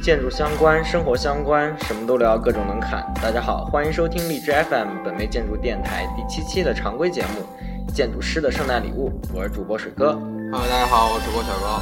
建筑相关、生活相关，什么都聊，各种能侃。大家好，欢迎收听荔枝 FM 本位建筑电台第7期的常规节目《建筑师的圣诞礼物》，我是主播水哥。 Hello， 大家好，我是主播小高。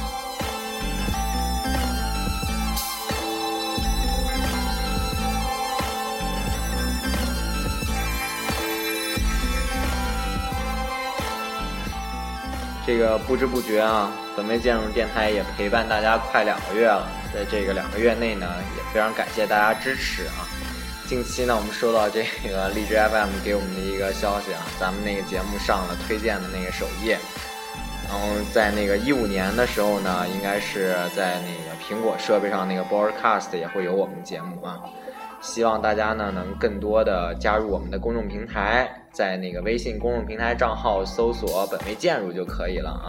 这个不知不觉啊，本位建筑电台也陪伴大家快2个月了。在这个2个月内呢，也非常感谢大家支持啊。近期呢，我们收到这个荔枝 FM 给我们的一个消息啊，咱们那个节目上了推荐的那个首页。然后在那个15年的时候呢，应该是在那个苹果设备上那个 Broadcast 也会有我们节目啊。希望大家呢能更多的加入我们的公众平台，在那个微信公众平台账号搜索本位建筑就可以了啊。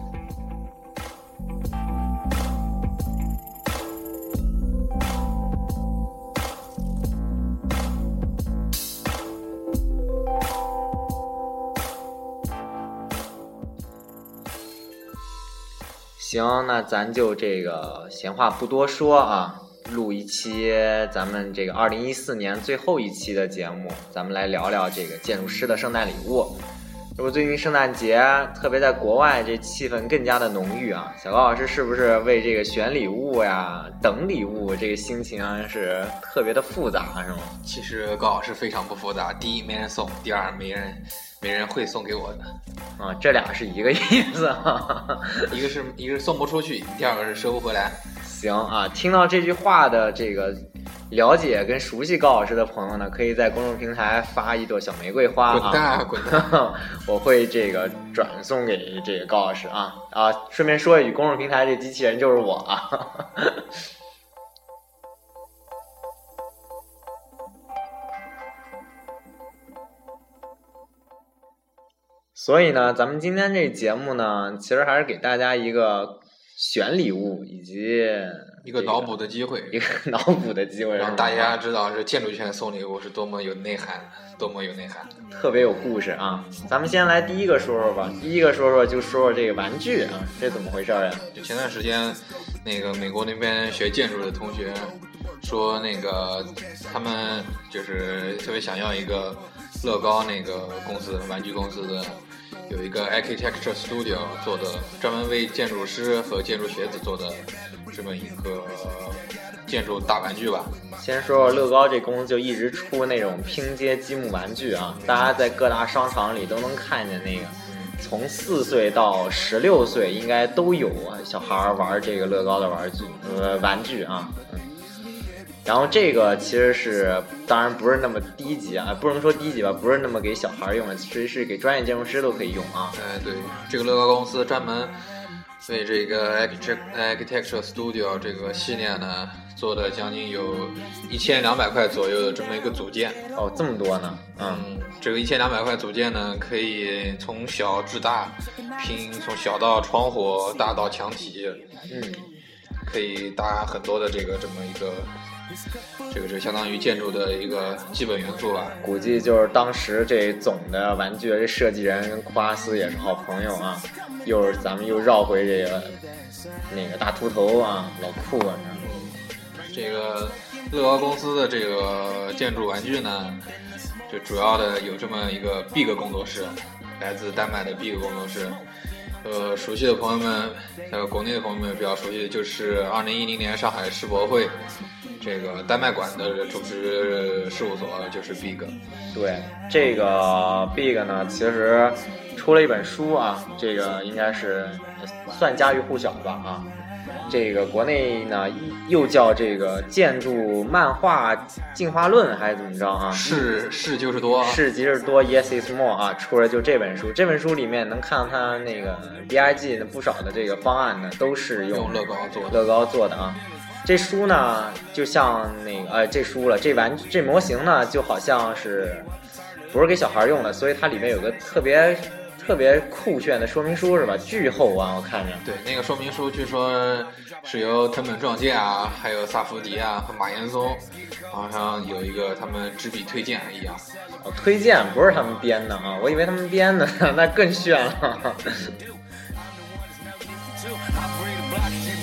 行，那咱就这个闲话不多说啊，录一期咱们这个2014年最后一期的节目，咱们来聊聊这个建筑师的圣诞礼物。这不最近圣诞节，特别在国外，这气氛更加的浓郁啊。小高老师是不是为这个选礼物呀、等礼物，这个心情是特别的复杂，是吗？ 其实高老师非常不复杂，第一没人送，第二没人会送给我的。 啊，这俩是一个意思啊。 一个是送不出去，第二个是收不回来。 行啊，听到这句话的这个了解跟熟悉高老师的朋友呢，可以在公众平台发一朵小玫瑰花啊， 滚蛋！ 我会这个转送给这个高老师啊。顺便说一句，公众平台这机器人就是我啊。所以呢，咱们今天这节目呢，其实还是给大家一个选礼物以及一个脑补的机会， 让大家知道是建筑圈送礼物是多么有内涵， 特别有故事啊！咱们先来第一个说说吧，就说说这个玩具啊，这怎么回事呀？ 就前段时间，那个美国那边学建筑的同学说，那个他们就是特别想要一个乐高那个公司玩具公司的。有一个 Architecture Studio 做的，专门为建筑师和建筑学子做的这么一个建筑大玩具吧。 先说说乐高这公司就一直出那种拼接积木玩具啊，大家在各大商场里都能看见那个，从4岁到16岁应该都有小孩玩这个乐高的玩具啊。然后这个其实是当然不是那么低级啊，不能说低级吧，不是那么给小孩用的，其实是给专业建筑师都可以用啊。 对，这个乐高公司专门为这个 Architecture Studio 这个系列呢做的将近有1200块左右的这么一个组件。 哦，这么多呢？ 这个1200块组件呢，可以从小至大拼，从小到窗户，大到墙体，可以搭很多的这么一个。这个是相当于建筑的一个基本元素吧。 估计就是当时这总的玩具这设计人跟库阿斯也是好朋友啊。咱们又绕回这个那个大秃头啊，老库啊。 这个乐高公司的这个建筑玩具呢，就主要的有这么一个 Big 工作室，来自丹麦的 Big 工作室。熟悉的朋友们，国内的朋友们比较熟悉的就是2010年上海世博会。这个丹麦馆的主持事务所就是 Big。 对，这个 Big 呢其实出了一本书啊，这个应该是算家喻户晓吧啊。这个国内呢又叫这个建筑漫画进化论还是怎么着啊？ 是就是多， 是即是多 ，Yes is more 啊，出了就这本书。这本书里面能看到它那个 BIG 的不少的这个方案呢，都是用乐高做的啊。这书呢，就像那个这模型呢，就好像是不是给小孩用的，所以它里面有个特别酷炫的说明书是吧？巨厚啊，我看着。 对，那个说明书据说是由藤本壮介啊，还有萨福迪啊和马岩松，好像有一个他们执笔推荐一样。 推荐不是他们编的啊，我以为他们编的，那更炫了。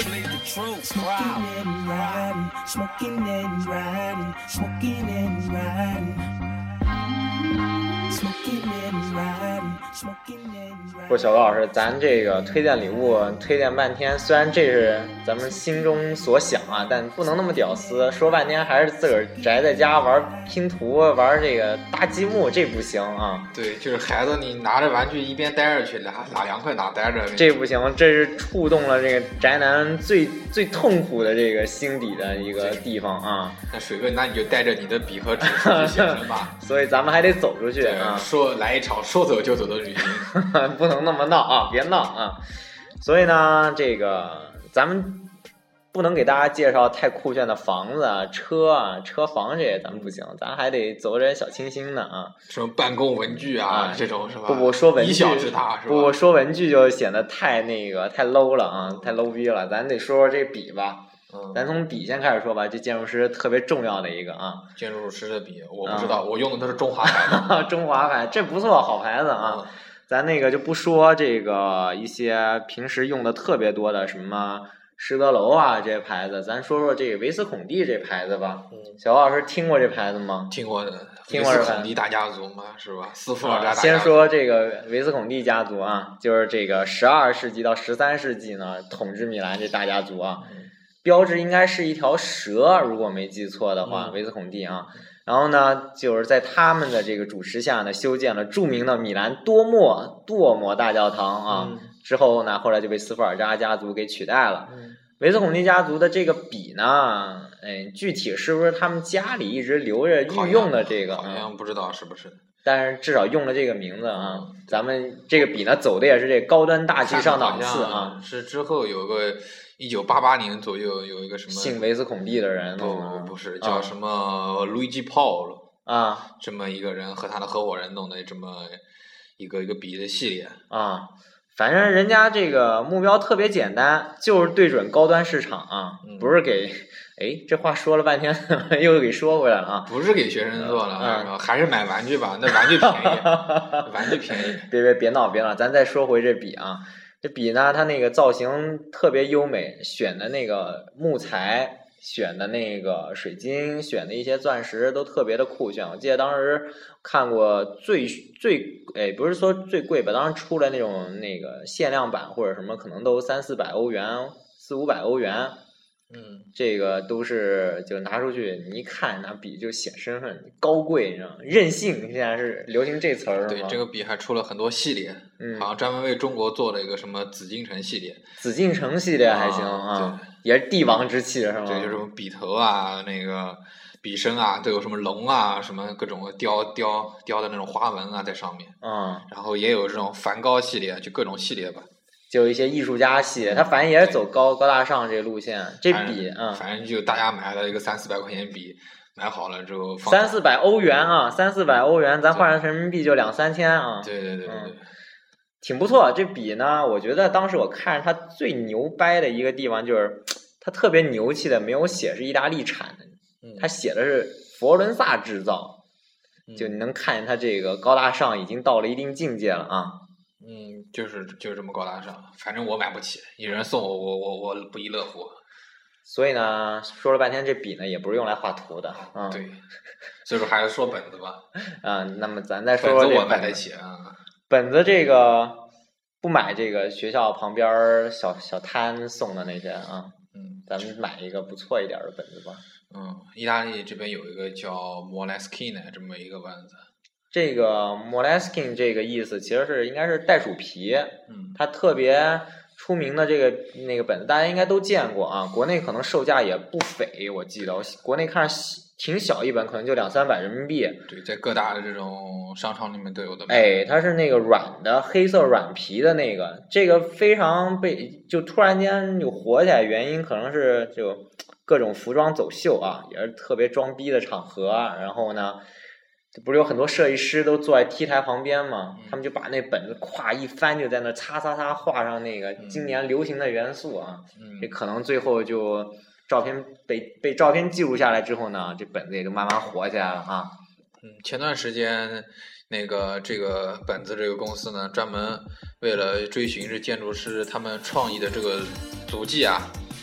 不是小高老师，咱这个推荐礼物推荐半天，虽然这是咱们心中所想啊，但不能那么屌丝，说半天还是自个儿宅在家玩拼图，玩这个搭积木，这不行啊。 对，就是孩子你拿着玩具一边待着去，哪凉快哪待着。 这不行，这是触动了这个宅男最痛苦的这个心底的一个地方啊。 那水哥，那你就带着你的笔和纸出去写生吧。 所以咱们还得走出去啊， 说来一场说走就走的旅行， 不能那么闹啊，别闹啊。所以呢，这个咱们不能给大家介绍太酷炫的房子啊、车啊、车房这些，咱们不行，咱还得走点小清新的啊。 什么办公文具啊，这种是吧？ 不说文具， 以小之大是吧？ 不说文具就显得太太 low 了啊，太 low 逼了。咱得说说这笔吧。咱从笔先开始说吧，这建筑师特别重要的一个啊。 建筑师的笔我不知道，我用的都是中华牌的。 中华牌，这不错，好牌子啊。咱那个就不说这个一些平时用的特别多的什么施德楼啊这些牌子，咱说说这个维斯孔蒂这牌子吧。小高老师听过这牌子吗？ 听过的， 听过维斯孔蒂大家族嘛，是吧？斯福尔扎大家族。 先说这个维斯孔蒂家族啊，就是这个12世纪到13世纪呢统治米兰这大家族啊。标志应该是一条蛇，如果没记错的话，维斯孔蒂啊。然后呢，就是在他们的这个主持下呢，修建了著名的米兰多莫大教堂啊。之后呢，后来就被斯福尔扎家族给取代了。维斯孔蒂家族的这个笔呢，具体是不是他们家里一直留着御用的这个？ 好像不知道是不是。 但是至少用了这个名字啊。咱们这个笔呢，走的也是这高端大气上档次啊。 是之后有个。1988年左右有一个什么姓维斯孔蒂的人， 不是叫什么路易吉·鲍尔啊， 这么一个人和他的合伙人弄的这么一个笔的系列啊，反正人家这个目标特别简单，就是对准高端市场啊，不是给这话说了半天又给说回来了啊， 不是给学生做了，还是买玩具吧，那玩具便宜，玩具便宜， 别闹，咱再说回这笔啊。这笔呢，它那个造型特别优美，选的那个木材，选的那个水晶，选的一些钻石都特别的酷炫。我记得当时看过最不是说最贵吧，当时出来那种那个限量版或者什么，可能都300-400欧元，400-500欧元。这个都是就拿出去，你一看拿笔就显身份高贵，你知道吗？任性现在是流行这词儿。 对，这个笔还出了很多系列，好像专门为中国做了一个什么紫禁城系列。 紫禁城系列还行啊，也是帝王之气是吗？ 对，就是什么笔头啊，那个笔身啊，都有什么龙啊，什么各种雕的那种花纹啊在上面。然后也有这种梵高系列，就各种系列吧。 就一些艺术家系，他反正也是走高大上这个路线。这笔反正就大家买了一个300-400块钱笔，买好了之后 300-400欧元啊，300-400欧元，咱换成人民币就2-3千啊。 对， 挺不错。这笔呢，我觉得当时我看着它最牛掰的一个地方就是它特别牛气的，没有写是意大利产的，它写的是佛罗伦萨制造，就你能看见它这个高大上已经到了一定境界了啊。 就是这么高大上，反正我买不起，有人送我不亦乐乎。 所以呢，说了半天，这笔呢也不是用来画图的啊。 对，所以说还是说本子吧。 那么咱再说说本子，我买得起啊。 本子这个不买这个学校旁边小摊送的那些啊。咱们买一个不错一点的本子吧。 意大利这边有一个叫 Moleskine 这么一个本子。 这个 Moleskine 这个意思其实应该是袋鼠皮，它特别出名的这个那个本子大家应该都见过啊，国内可能售价也不菲，我记得国内看挺小一本，可能就200-300人民币。 对，在各大的这种商场里面都有的。 它是那个软的黑色软皮的那个，这个非常就突然间就火起来，原因可能是就各种服装走秀啊，也是特别装逼的场合，然后呢。不是有很多设计师都坐在 T 台旁边吗？他们就把那本子咵一翻，就在那擦画上那个今年流行的元素啊。这可能最后就照片被照片记录下来之后呢，这本子也就慢慢火起来了啊。 前段时间这个本子这个公司呢，专门为了追寻这建筑师他们创意的这个足迹啊，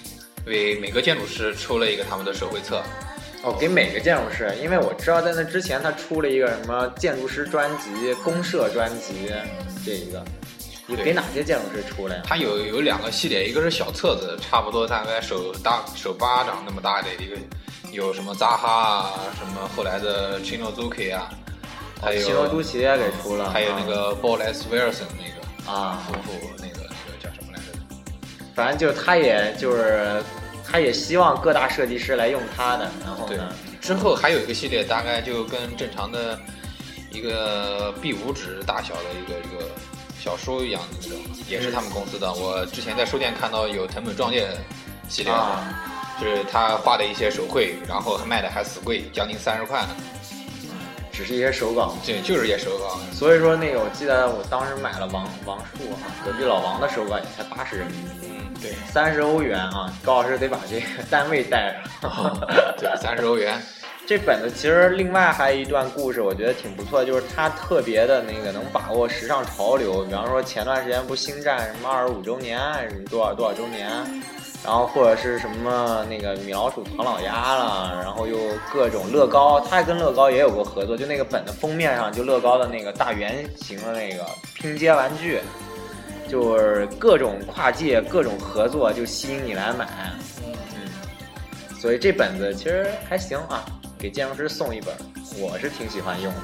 为每个建筑师出了一个他们的手绘册。 哦，给每个建筑师，因为我知道在那之前他出了一个什么建筑师专辑、公社专辑，这一个，你给哪些建筑师出了呀？ 它有2个系列，一个是小册子，差不多大概手巴掌那么大的一个，有什么扎哈啊，什么后来的 Chinozuki 啊，还有 Chinozuki也给出了， 还有那个 Boles Wilson 那个啊夫妇那个叫什么来着？ 反正就是他也希望各大设计师来用他的，然后呢， 之后还有一个系列，大概就跟正常的一个 B5 纸大小的一个小书一样的那种，也是他们公司的。我之前在书店看到有藤本壮介系列的，就是他画的一些手绘，然后卖的还死贵，将近30块呢。 只是一些手稿， 对，就是一些手稿。 所以说那个，我记得我当时买了王树隔壁老王的手稿也才80人民币， 对 ，30欧元啊！高老师得把这个单位带上。 对，30欧元。 这本子其实另外还有一段故事，我觉得挺不错的，就是它特别的那个能把握时尚潮流。比方说前段时间不星战什么25周年还是什么多少周年，然后或者是什么那个米老鼠唐老鸭了，然后又各种乐高，它跟乐高也有过合作，就那个本的封面上就乐高的那个大圆形的那个拼接玩具，就是各种跨界各种合作就吸引你来买。所以这本子其实还行啊，给建筑师送一本，我是挺喜欢用的。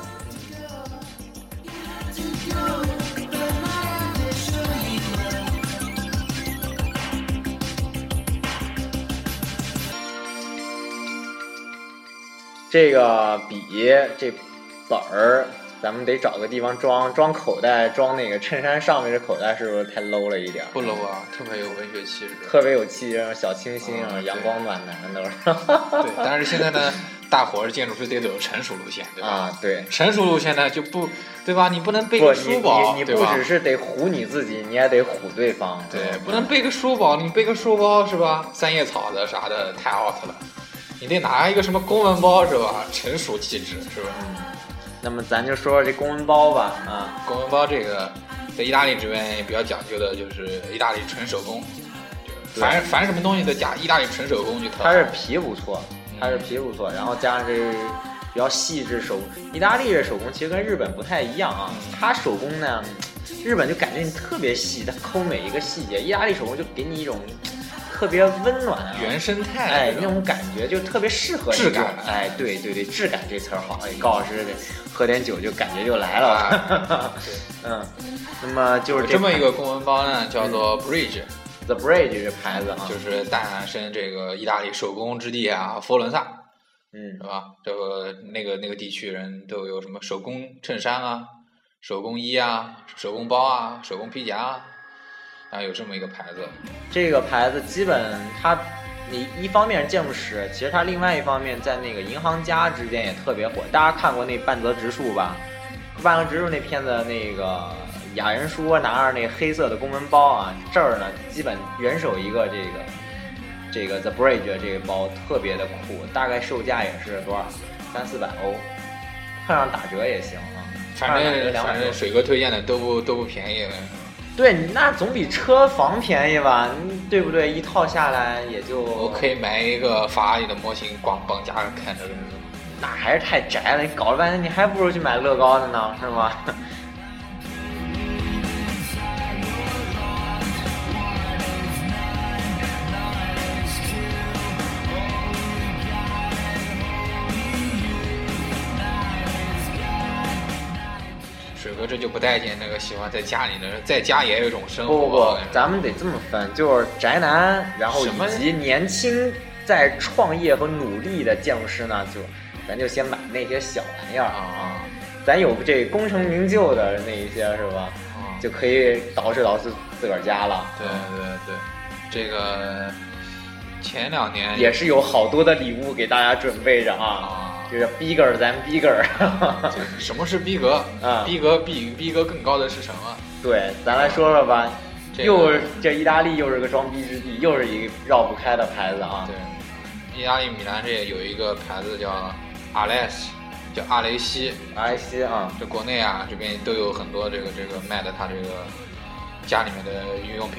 这个笔这本儿，咱们得找个地方装口袋，装那个衬衫上面的口袋，是不是太 low 了一点？ 不 low 啊，特别有文学气质， 特别有气质，小清新啊，阳光暖男都是。 对，但是现在呢，大伙儿建筑师得走成熟路线，对吧？ 啊，对， 成熟路线呢就不，对吧？你不能背个书包， 你不只是得唬你自己，你也得唬对方。 对，不能背个书包，你背个书包是吧？三叶草的啥的太 out 了。你得拿一个什么公文包是吧？成熟气质是吧？ 那么咱就说说这公文包吧啊。 公文包这个在意大利这边也比较讲究的，就是意大利纯手工，凡什么东西都加意大利纯手工就特好。 它是皮不错，然后加上这比较细致手工。意大利这手工其实跟日本不太一样啊，它手工呢，日本就感觉你特别细，它抠每一个细节，意大利手工就给你一种特别温暖原生态， 哎，那种感觉就特别适合质感， 哎，对，质感这词儿好，哎，高老师喝点酒就感觉就来了，那么就是这么一个公文包呢，叫做 Bridge，The Bridge 这牌子啊， 就是诞生这个意大利手工之地啊，佛罗伦萨，是吧？这个那个地区人都有什么手工衬衫啊、手工衣啊、手工包啊、手工皮夹啊。然后有这么一个牌子， 这个牌子基本你一方面是建筑师，其实它另外一方面在那个银行家之间也特别火。大家看过那半泽直树吧？半泽直树那片子，那个雅人叔拿着那个黑色的公文包啊，这儿呢基本人手一个这个 The Bridge 这个包特别的酷，大概售价也是多少？300-400欧，碰上打折也行啊。 反正水哥推荐的都不便宜。 对，那总比车房便宜吧，对不对？一套下来也就我可以买一个法拉利的模型绑架着看着， 那还是太宅了。你搞了半天，你还不如去买乐高的呢，是吗？ 水哥这就不待见那个喜欢在家里的人，在家也有一种生活。 不，咱们得这么分，就是宅男，然后以及年轻在创业和努力的建筑师呢，咱就先买那些小玩意儿啊，咱有这功成名就的那一些是吧？就可以捯饬自个儿家了。 对，这个前2年也是有好多的礼物给大家准备着啊。就是 bigger than bigger 什么是逼格啊？逼格逼格更高的是什么？ 对，咱来说说吧。又这意大利又是个装逼之地，又是一个绕不开的牌子啊。 对，意大利米兰这有一个牌子叫阿莱西啊。 这国内啊这边都有很多这个卖的他这个家里面的日用品。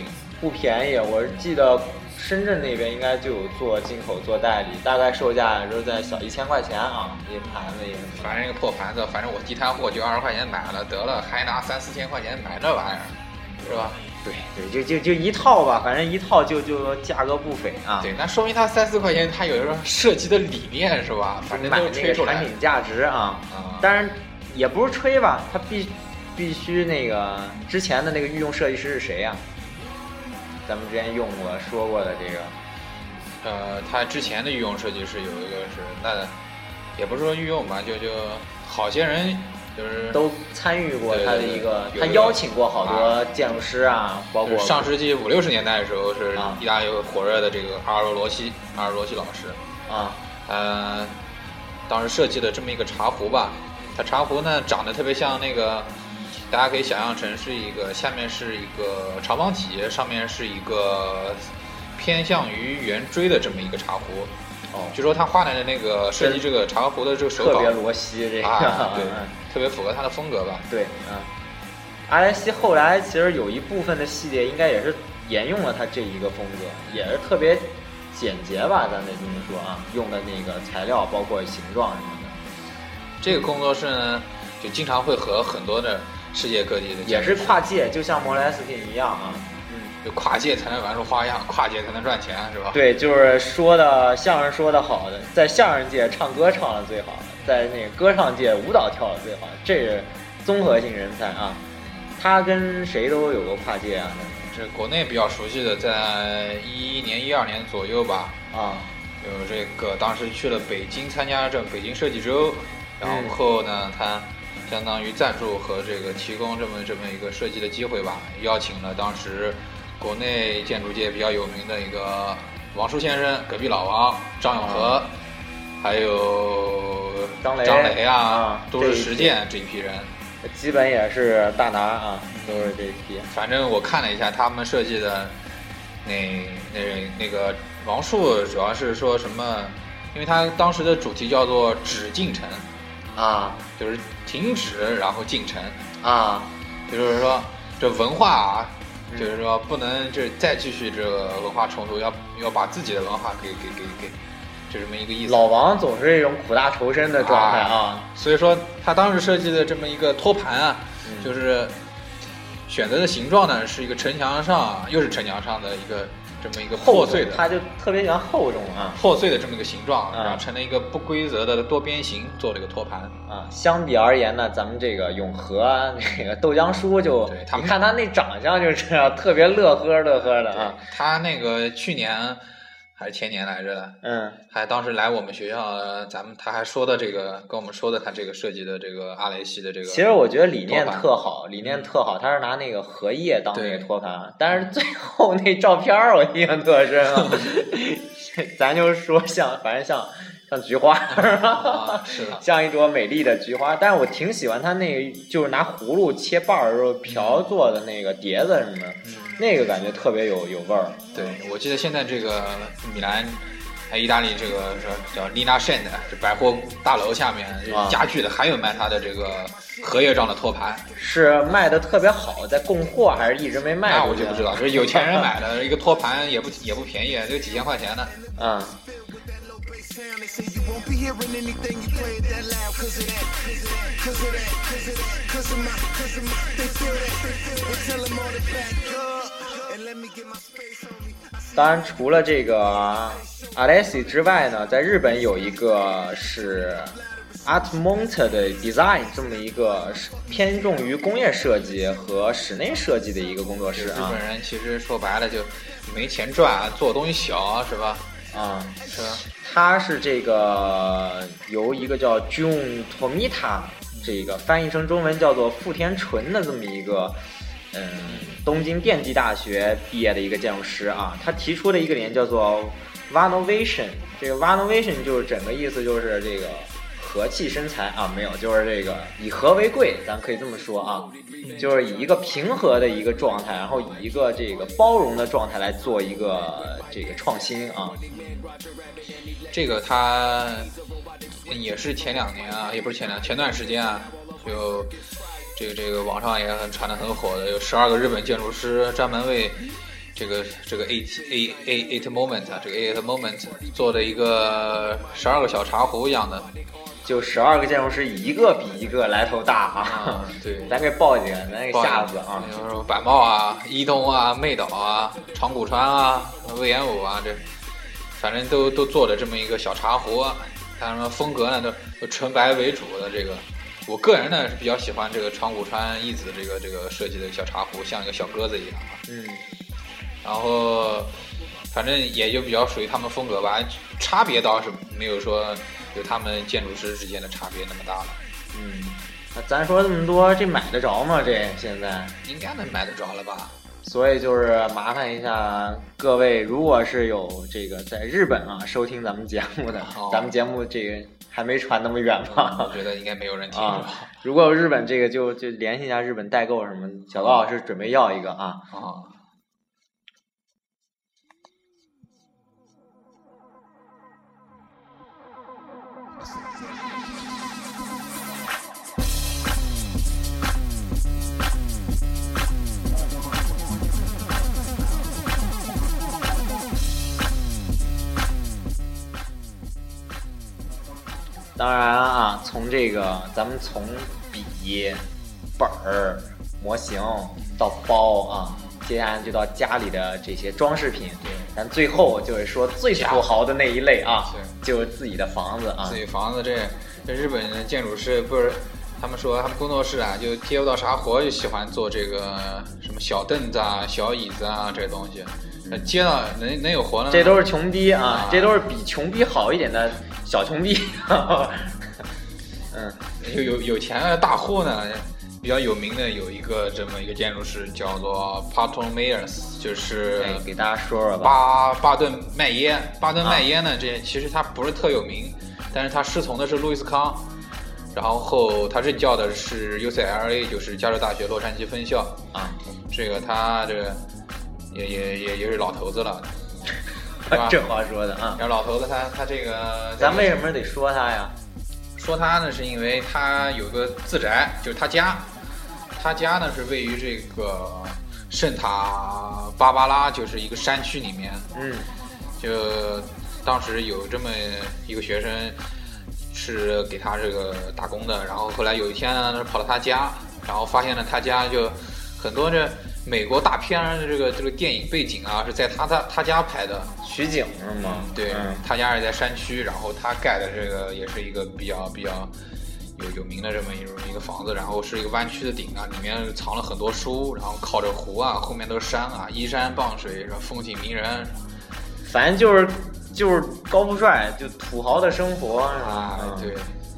不便宜，我记得深圳那边应该就有做进口做代理，大概售价也就是在小1000块钱啊，一个盘子一个。 反正一个破盘子，反正我地摊货就20块钱买了，得了，还拿3、4千块钱买这玩意儿，是吧？ 对，就一套吧，反正一套就价格不菲啊。 对，那说明他3、4块钱，他有一种设计的理念，是吧？反正买都吹出来。 产品价值啊，当然也不是吹吧，他必须那个之前的那个御用设计师是谁呀？咱们之前用过说过的这个， 他之前的御用设计师有一个是那，也不是说御用吧，就好些人就是都参与过他的一个，他邀请过好多建筑师啊，包括上世纪50、60年代的时候是意大利火热的这个阿尔罗西老师啊，当时设计了这么一个茶壶吧，它茶壶呢长得特别像那个。大家可以想象成是一个，下面是一个长方体，上面是一个偏向于圆锥的这么一个茶壶。据说他画的那个设计这个茶壶的这个手稿特别罗西这个， 对，特别符合他的风格吧。 对，阿莱西后来其实有一部分的系列应该也是沿用了他这一个风格，也是特别简洁吧，咱得这么说啊，用的那个材料包括形状什么的。 这个工作室呢，就经常会和很多的。世界各地的也是跨界，就像莫莱斯汀一样啊， 就跨界才能玩出花样，跨界才能赚钱，是吧？ 对，就是相声说的好的，在相声界唱歌唱的最好的，在那个歌唱界舞蹈跳的最好的，这是综合性人才啊。他跟谁都有过跨界啊。 这国内比较熟悉的，在11年、12年左右吧，有这个当时去了北京参加这北京设计周，然后呢，他。相当于赞助和这个提供这么一个设计的机会吧，邀请了当时国内建筑界比较有名的一个王叔先生、隔壁老王、张永和，还有张雷啊，都是实践这一批人， 基本也是大拿啊，都是这一批。 反正我看了一下他们设计的那个王叔，主要是说什么？因为他当时的主题叫做止进程。就是停止，然后进程就是说这文化就是说不能就再继续这个文化冲突，要把自己的文化给，就这么一个意思。 老王总是一种苦大仇深的状态所以说他当时设计的这么一个托盘就是选择的形状呢是一个城墙上，又是城墙上的一个。这么一个破碎的， 它就特别喜欢厚重破碎的这么一个形状，然后成了一个不规则的多边形，做了一个托盘相比而言呢，咱们这个永和那个豆浆叔就，你看他那长相就这样，特别乐呵的他那个去年还是前年来着的，还当时来我们学校，他还说的这个跟我们说的他这个设计的这个阿雷西的这个， 其实我觉得理念特好，他是拿那个荷叶当那个托盘，但是最后那照片我印象特深咱就说反正像菊花是的， 像一朵美丽的菊花，但是我挺喜欢他那个就是拿葫芦切瓣的时候瓢做的那个碟子什么的，那个感觉特别有味儿。 对，我记得现在这个米兰意大利这个叫丽娜圣的这百货大楼下面家具的还有卖它的这个荷叶状的托盘， 是卖的特别好，在供货还是一直没卖？ 那我就不知道，是有钱人买的一个托盘也不便宜，就几千块钱呢。 They say you won't be hearing anything you play it that loud cause of that cause of my they feel that and tell them all to back up and let me get my space on me 当然除了这个阿莱西之外呢，在日本有一个是 Artmont 的 Design 这么一个偏重于工业设计和室内设计的一个工作室日本人其实说白了就没钱赚，做东西小是吧？是吧？ 他是这个由一个叫 Jun Tomita 这个翻译成中文叫做富田纯的这么一个东京电机大学毕业的一个建筑师他提出的一个理念叫做 Vanovation， 这个 Vanovation 就是整个意思就是这个和气生财没有，就是这个以和为贵，咱可以这么说就是以一个平和的一个状态，然后以一个这个包容的状态来做一个这个创新这个他也是前2年也不是前段时间就这个网上也传得很火的，有12个日本建筑师专门为这个 eight moment 啊，这个 eight moment 做的一个12个小茶壶一样的， 就12个建筑师一个比一个来头大啊！ 对， 咱给报几个，咱给吓死啊！ 比如说板茂啊、伊东啊、妹岛啊、长谷川啊、魏延武啊，这反正都做的这么一个小茶壶啊。他们风格呢都纯白为主的这个。我个人呢是比较喜欢这个长谷川义子这个设计的小茶壶，像一个小鸽子一样啊。然后反正也就比较属于他们风格吧，差别倒是没有说有他们建筑师之间的差别那么大了。 那咱说这么多，这买得着吗？这现在应该能买得着了吧？ 所以就是麻烦一下各位，如果是有这个在日本啊收听咱们节目的，咱们节目这个还没传那么远吧？ 我觉得应该没有人听啊。如果有日本这个就联系一下日本代购什么，小高老师准备要一个啊。当然啊，从这个咱们从笔、本儿、模型到包啊，接下来就到家里的这些装饰品。 对， 咱最后就是说最土豪的那一类啊，就是自己的房子啊。 自己房子这日本的建筑师不是，他们说他们工作室啊，就接不到啥活，就喜欢做这个什么小凳子啊、小椅子啊这东西。接到能有活呢？ 这都是穷逼啊，这都是比穷逼好一点的小穷逼。 有钱的大户呢，比较有名的有一个这么一个建筑师叫做 Patton Myers， 就是给大家说说吧。 巴顿麦耶。巴顿麦耶呢，这其实他不是特有名，但是他师从的是路易斯康，然后他任教的是 UCLA， 就是加州大学洛杉矶分校啊。这个他这个也是老头子了， 这话说的啊。 然后老头子他这个， 咱为什么得说他呀？ 说他呢，是因为他有个自宅，就是他家呢是位于这个圣塔芭芭拉，就是一个山区里面。就当时有这么一个学生是给他这个打工的，然后后来有一天呢，跑到他家，然后发现了他家就很多这美国大片的这个电影背景啊，是在他家拍的取景是吗？ 对，他家是在山区，然后他盖的这个也是一个比较有名的这么一个房子，然后是一个弯曲的顶啊，里面藏了很多书，然后靠着湖啊，后面都是山啊，依山傍水，风景迷人。 反正就是高富帅，就土豪的生活啊，对。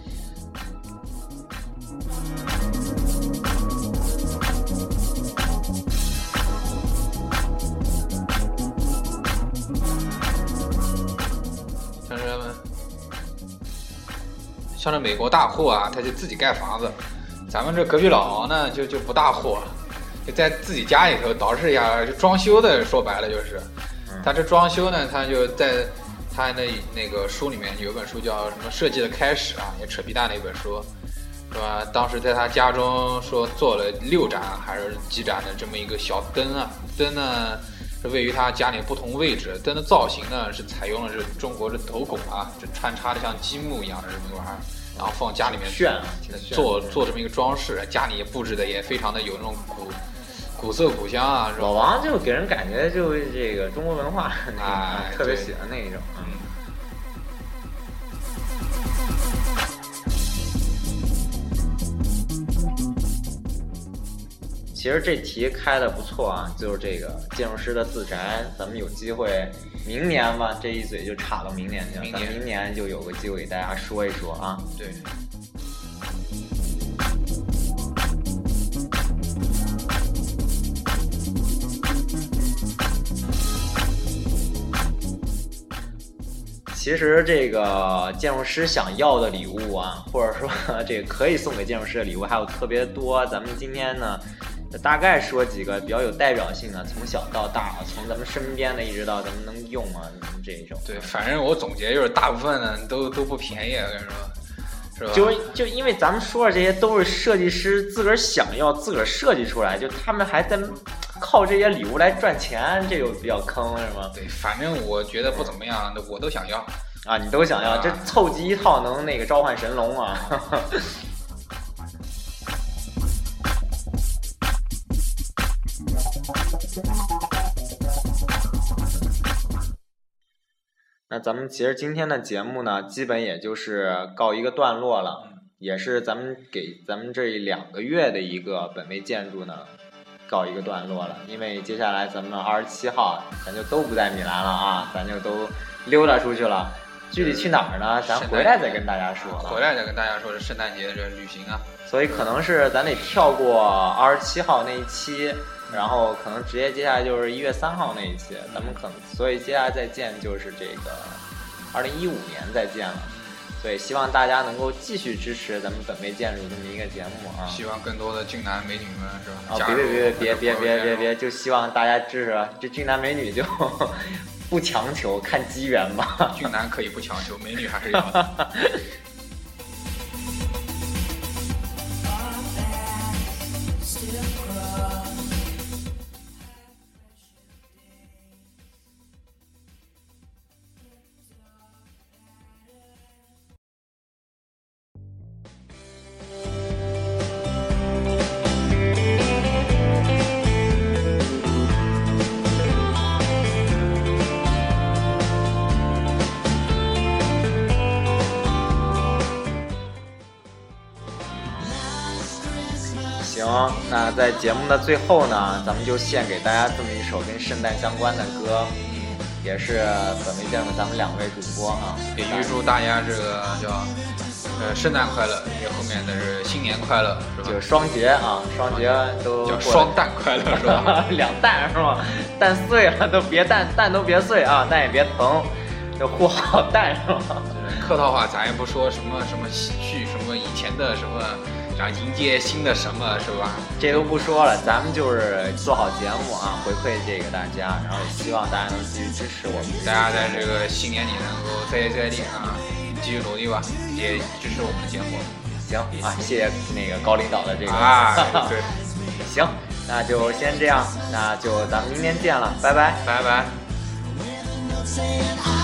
像这美国大户啊，他就自己盖房子。咱们这隔壁老王呢，就不大户，就在自己家里头捯饬一下，就装修的。说白了就是，他这装修呢，他就在他那个书里面有一本书叫什么《设计的开始》啊，也扯皮蛋的一本书，是吧？当时在他家中说做了6盏还是几盏的这么一个小灯啊，灯呢是位于他家里不同位置，灯的造型呢是采用了这中国的斗拱啊，这穿插的像积木一样的这么一玩意儿，然后放家里面炫， 做这么一个装饰，家里布置的也非常的有那种古色古香啊。 老王就给人感觉就这个中国文化特别喜欢那种。其实这题开的不错啊，就是这个建筑师的自宅，咱们有机会明年吧，这一嘴就插到明年去了，咱明年就有个机会给大家说一说啊。 对。 其实这个建筑师想要的礼物啊，或者说这个可以送给建筑师的礼物还有特别多，咱们今天呢大概说几个比较有代表性的，从小到大，从咱们身边的一直到咱们能用啊这种。 对，反正我总结就是大部分呢都不便宜，我跟你说，是吧？ 就因为咱们说的这些都是设计师自个儿想要自个儿设计出来，就他们还在靠这些礼物来赚钱，这个比较坑是吗？ 对，反正我觉得不怎么样，我都想要。 啊，你都想要，这凑齐一套能那个召唤神龙啊！那咱们其实今天的节目呢，基本也就是告一个段落了，也是咱们给咱们这2个月的一个本位建筑呢告一个段落了，因为接下来咱们27号咱就都不在米兰了啊，咱就都溜达出去了。具体去哪儿呢？咱回来再跟大家说。 回来再跟大家说，是圣诞节这旅行啊。 所以可能是咱得跳过27号那一期，然后可能直接接下来就是1月3号那一期，咱们可能所以接下来再见就是这个2015年再见了。所以希望大家能够继续支持咱们本位建筑这么一个节目啊！ 希望更多的俊男美女们是吧？ 别，就希望大家支持这俊男美女就不强求，看机缘吧。 俊男可以不强求，美女还是要的。 行，那在节目的最后呢，咱们就献给大家这么一首跟圣诞相关的歌，也是本位建筑咱们2位主播啊， 也预祝大家这个叫圣诞快乐，也后面的是新年快乐，是吧？ 就双节啊，双节都叫双蛋快乐是吧 ？2蛋是吧？蛋碎了都别蛋都别碎啊，蛋也别疼，就护好蛋是吧？ 客套话咱也不说什么去什么以前的什么。然后迎接新的什么是吧？ 这都不说了，咱们就是做好节目啊，回馈这个大家，然后也希望大家能继续支持我们。 大家在这个新年里能够再厉啊，继续努力吧，也支持我们的节目。 行啊，谢谢那个高领导的这个对， 行，那就先这样，那就咱们明天见了，拜拜， 拜拜。